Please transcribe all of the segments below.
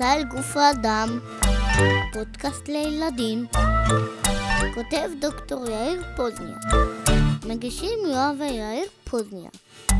על גוף האדם, פודקאסט לילדים, כותב דוקטור יאיר פוזניה, מגישים יואב ויאיר פוזניה.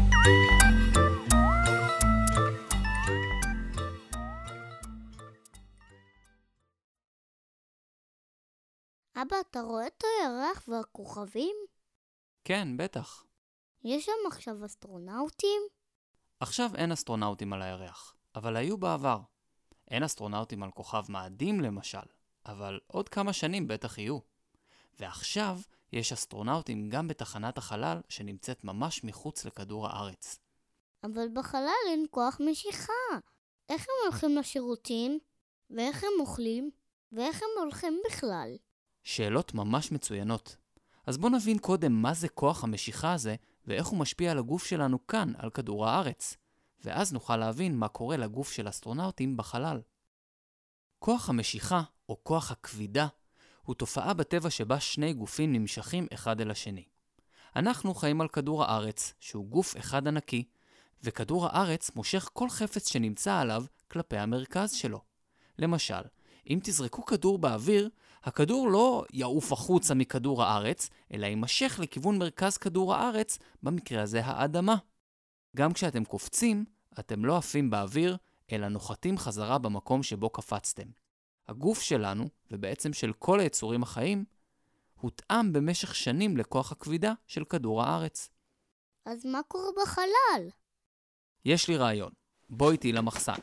אבא, אתה רואה את הירח והכוכבים? כן, בטח. יש שם עכשיו אסטרונאוטים? עכשיו אין אסטרונאוטים על הירח, אבל היו בעבר. אין אסטרונאוטים על כוכב מאדים למשל, אבל עוד כמה שנים בטח יהיו. ועכשיו יש אסטרונאוטים גם בתחנת החלל שנמצאת ממש מחוץ לכדור הארץ. אבל בחלל אין כוח משיכה. איך הם הולכים לשירותים? ואיך הם אוכלים? ואיך הם הולכים בכלל? שאלות ממש מצוינות. אז בוא נבין קודם מה זה כוח המשיכה הזה ואיך הוא משפיע על הגוף שלנו כאן, על כדור הארץ. ואז נוכל להבין מה קורה לגוף של אסטרונאוטים בחלל. כוח המשיכה, או כוח הכבידה, הוא תופעה בטבע שבה שני גופים נמשכים אחד אל השני. אנחנו חיים על כדור הארץ, שהוא גוף אחד ענקי, וכדור הארץ מושך כל חפץ שנמצא עליו כלפי המרכז שלו. למשל, אם תזרקו כדור באוויר, הכדור לא יעוף החוצה מכדור הארץ, אלא יימשך לכיוון מרכז כדור הארץ, במקרה הזה האדמה. גם כשאתם קופצים, אתם לא עפים באוויר, אלא נוחתים חזרה במקום שבו קפצתם. הגוף שלנו, ובעצם של כל היצורים החיים, הותאם במשך שנים לכוח הכבידה של כדור הארץ. אז מה קורה בחלל? יש לי רעיון. בוא איתי למחסן.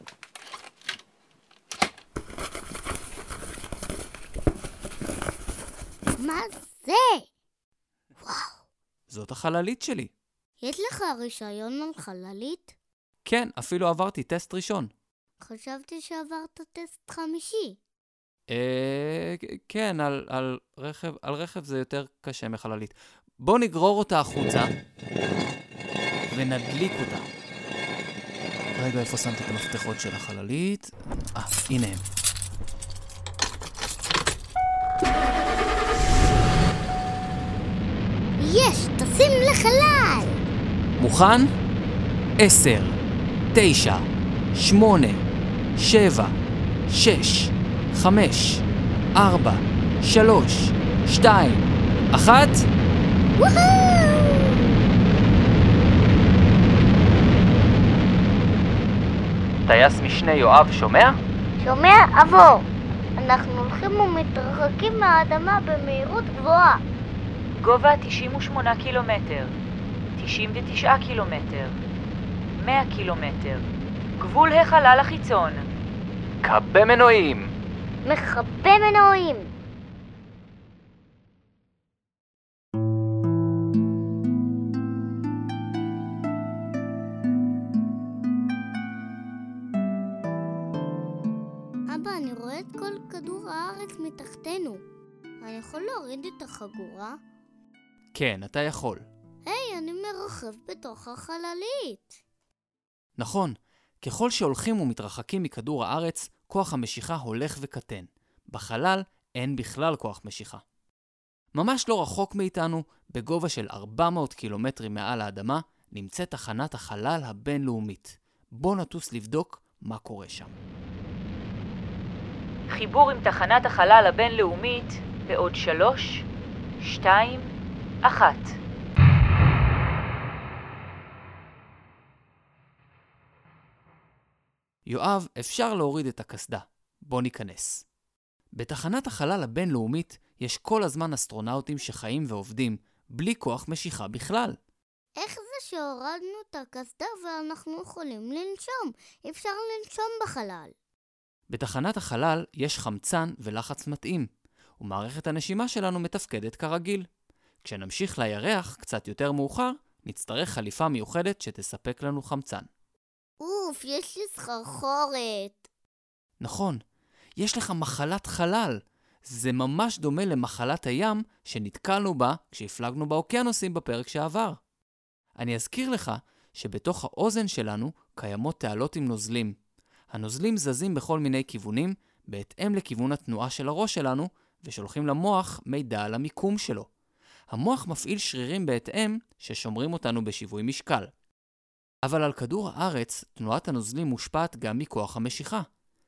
מה זה? וואו. זאת החללית שלי. יש לך רישיון על חללית? כן, אפילו עברתי טסט ראשון. חשבתי שעברת טסט חמישי. כן, על רכב זה יותר קשה מחללית. בוא נגרור אותה החוצה ונדליק אותה. רגע, איפה שמת את המפתחות של החללית? הנה הם. יש, תשים לחלל! מוכן? 10, 9, 8, 7, 6, 5, 4, 3, 2, 1. וואו! טייס משנה יואב שומע? שומע, עבור. אנחנו הולכים ומתרחקים מהאדמה במהירות גבוהה. גובה 98 קילומטר, 99 קילומטר, 100 קילומטר. גבול החלל החיצון. כבה מנועים. מכבה מנועים. אבא, אני רואה את כל כדור הארץ מתחתנו. אני יכול להוריד את החגורה? כן, אתה יכול. היי, אני מרחב בתוך החללית. נכון, ככל שהולכים ומתרחקים מכדור הארץ, כוח המשיכה הולך וקטן. בחלל אין בכלל כוח משיכה. ממש לא רחוק מאיתנו, בגובה של 400 קילומטרים מעל האדמה, נמצאת תחנת החלל הבינלאומית. בוא נטוס לבדוק מה קורה שם. חיבור עם תחנת החלל הבינלאומית בעוד 3, 2, 1. יואב, אפשר להוריד את הקסדה. בוא ניכנס. בתחנת החלל הבינלאומית יש כל הזמן אסטרונאוטים שחיים ועובדים, בלי כוח משיכה בכלל. איך זה שהורדנו את הקסדה ואנחנו יכולים לנשום? אפשר לנשום בחלל. בתחנת החלל יש חמצן ולחץ מתאים, ומערכת הנשימה שלנו מתפקדת כרגיל. כשנמשיך לירח קצת יותר מאוחר, נצטרך חליפה מיוחדת שתספק לנו חמצן. אוף, יש לי סחרחורת. נכון, יש לך מחלת חלל. זה ממש דומה למחלת הים שנתקלנו בה כשהפלגנו באוקיינוסים בפרק שעבר. אני אזכיר לך שבתוך האוזן שלנו קיימות תעלות עם נוזלים. הנוזלים זזים בכל מיני כיוונים בהתאם לכיוון התנועה של הראש שלנו ושולחים למוח מידע על המיקום שלו. המוח מפעיל שרירים בהתאם ששומרים אותנו בשיווי משקל. אבל על כדור הארץ תנועת הנוזלים מושפעת גם מכוח המשיכה.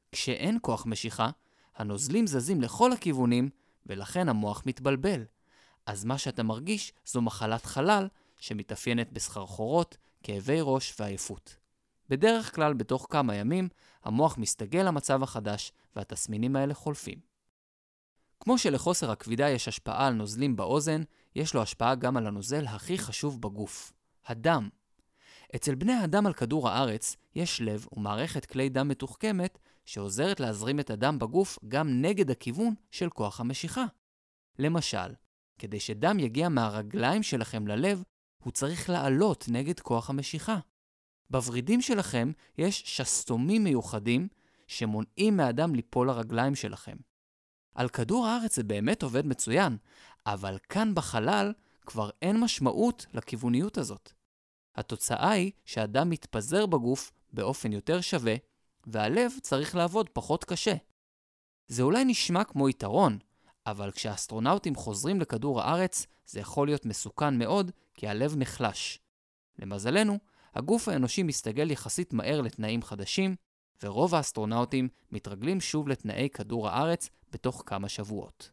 כשאין כוח משיכה, הנוזלים זזים לכל הכיוונים, ולכן המוח מתבלבל. אז מה שאתה מרגיש זו מחלת חלל שמתאפיינת בסחרחורות, כאבי ראש ועייפות. בדרך כלל בתוך כמה ימים המוח מסתגל למצב החדש והתסמינים האלה חולפים. כמו שלחוסר הכבידה יש השפעה על נוזלים באוזן, יש לו השפעה גם על הנוזל הכי חשוב בגוף, הדם. אצל בני האדם על כדור הארץ יש לב ומערכת כלי דם מתוחכמת שעוזרת להזרים את הדם בגוף גם נגד הכיוון של כוח המשיכה. למשל, כדי שדם יגיע מהרגליים שלכם ללב, הוא צריך לעלות נגד כוח המשיכה. בוורידים שלכם יש שסתומים מיוחדים שמונעים מהדם ליפול לרגליים שלכם. על כדור הארץ זה באמת עובד מצוין, אבל כאן בחלל כבר אין משמעות לכיווניות הזאת. התוצאה היא שהדם מתפזר בגוף באופן יותר שווה, והלב צריך לעבוד פחות קשה. זה אולי נשמע כמו יתרון, אבל כשהאסטרונאוטים חוזרים לכדור הארץ, זה יכול להיות מסוכן מאוד, כי הלב נחלש. למזלנו, הגוף האנושי מסתגל יחסית מהר לתנאים חדשים, ורוב האסטרונאוטים מתרגלים שוב לתנאי כדור הארץ בתוך כמה שבועות.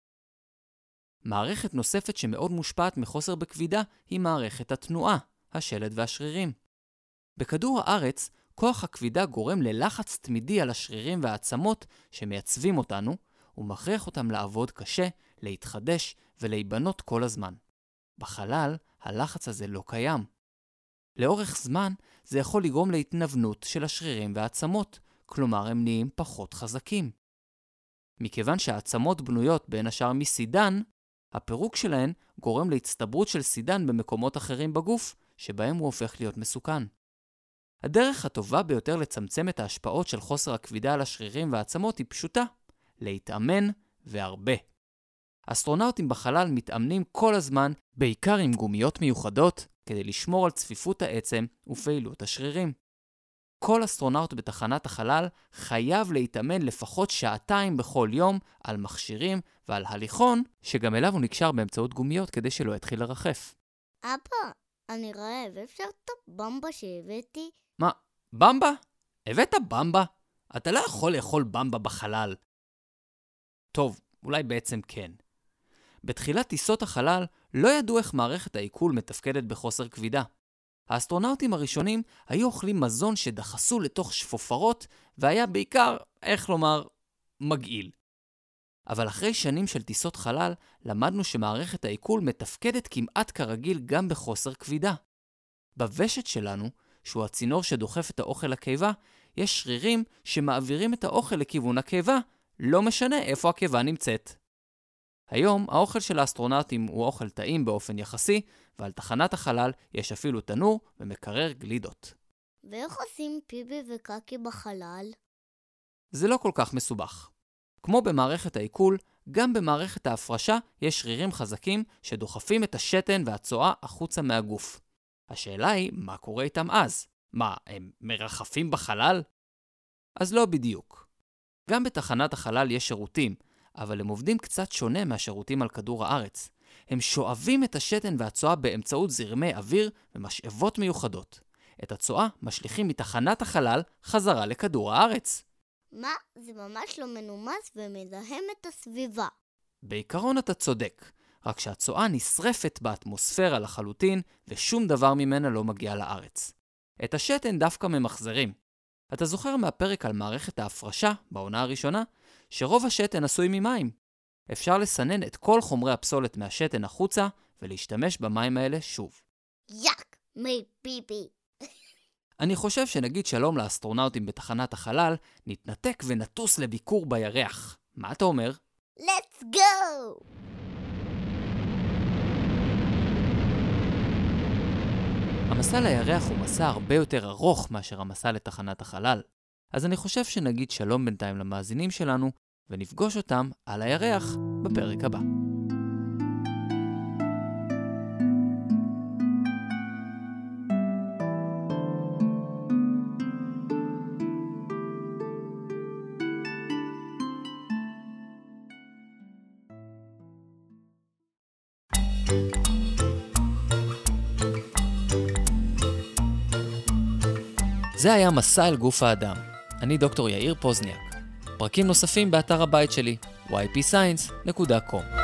מערכת נוספת שמאוד מושפעת מחוסר בכבידה היא מערכת התנועה, השלד והשרירים. בכדור הארץ, כוח הכבידה גורם ללחץ תמידי על השרירים והעצמות שמייצבים אותנו, ומכריח אותם לעבוד קשה, להתחדש ולהיבנות כל הזמן. בחלל, הלחץ הזה לא קיים. לאורך זמן, זה יכול לגרום להתנוונות של השרירים והעצמות, כלומר הם נהיים פחות חזקים. מכיוון שהעצמות בנויות בין השאר מסידן, הפירוק שלהן גורם להצטברות של סידן במקומות אחרים בגוף, שבהם הוא הופך להיות מסוכן. הדרך הטובה ביותר לצמצם את ההשפעות של חוסר הכבידה על השרירים והעצמות היא פשוטה, להתאמן והרבה. אסטרונאוטים בחלל מתאמנים כל הזמן, בעיקר עם גומיות מיוחדות, כדי לשמור על צפיפות העצם ופעילות השרירים. כל אסטרונאוט בתחנת החלל חייב להתאמן לפחות 2 שעות בכל יום על מכשירים ועל הליכון, שגם אליו הוא נקשר באמצעות גומיות כדי שלא יתחיל לרחף. אבא, אני רעב, אפשר את הבמבה שהבאתי? מה, במבה? הבאת במבה? אתה לא יכול לאכול במבה בחלל. טוב, אולי בעצם כן. בתחילת טיסות החלל לא ידעו איך מערכת העיכול מתפקדת בחוסר כבידה. האסטרונאוטים הראשונים היו אוכלים מזון שדחסו לתוך שפופרות, והיה בעיקר, איך לומר, מגעיל. אבל אחרי שנים של טיסות חלל, למדנו שמערכת העיכול מתפקדת כמעט כרגיל גם בחוסר כבידה. בוושט שלנו, שהוא הצינור שדוחף את האוכל לקיבה, יש שרירים שמעבירים את האוכל לכיוון הקיבה, לא משנה איפה הקיבה נמצאת. היום האוכל של האסטרונאוטים הוא אוכל טעים באופן יחסי, ועל תחנת החלל יש אפילו תנור ומקרר גלידות. ואיך עושים פיבי וקקי בחלל? זה לא כל כך מסובך. כמו במערכת העיכול, גם במערכת ההפרשה יש שרירים חזקים שדוחפים את השתן והצואה החוצה מהגוף. השאלה היא, מה קורה איתם אז? מה, הם מרחפים בחלל? אז לא בדיוק. גם בתחנת החלל יש שירותים, אבל הם עובדים קצת שונה מהשירותים על כדור הארץ. הם שואבים את השתן והצואה באמצעות זרמי אוויר ומשאבות מיוחדות. את הצואה משליכים מתחנת החלל חזרה לכדור הארץ. מה? זה ממש לא מנומס ומזהם את הסביבה. בעיקרון אתה צודק, רק שהצואה נשרפת באטמוספירה לחלוטין ושום דבר ממנה לא מגיע לארץ. את השתן דווקא ממחזרים. אתה זוכר מהפרק על מערכת ההפרשה בעונה הראשונה, שרוב השתן עשוי ממים. אפשר לסנן את כל חומרי הפסולת מהשתן החוצה ולהשתמש במים האלה שוב. יק, מי פיפי. אני חושב שנגיד שלום לאסטרונאוטים בתחנת החלל, נתנתק ונטוס לביקור בירח. מה אתה אומר? Let's go! המסע לירח הוא מסע הרבה יותר ארוך מאשר המסע לתחנת החלל. אז אני חושב שנגיד שלום בינתיים למאזינים שלנו, ונפגוש אותם על הירח בפרק הבא. זה היה מסע אל גוף האדם. אני דוקטור יאיר פוזניאק. פרקים נוספים באתר הבית שלי, ypscience.com.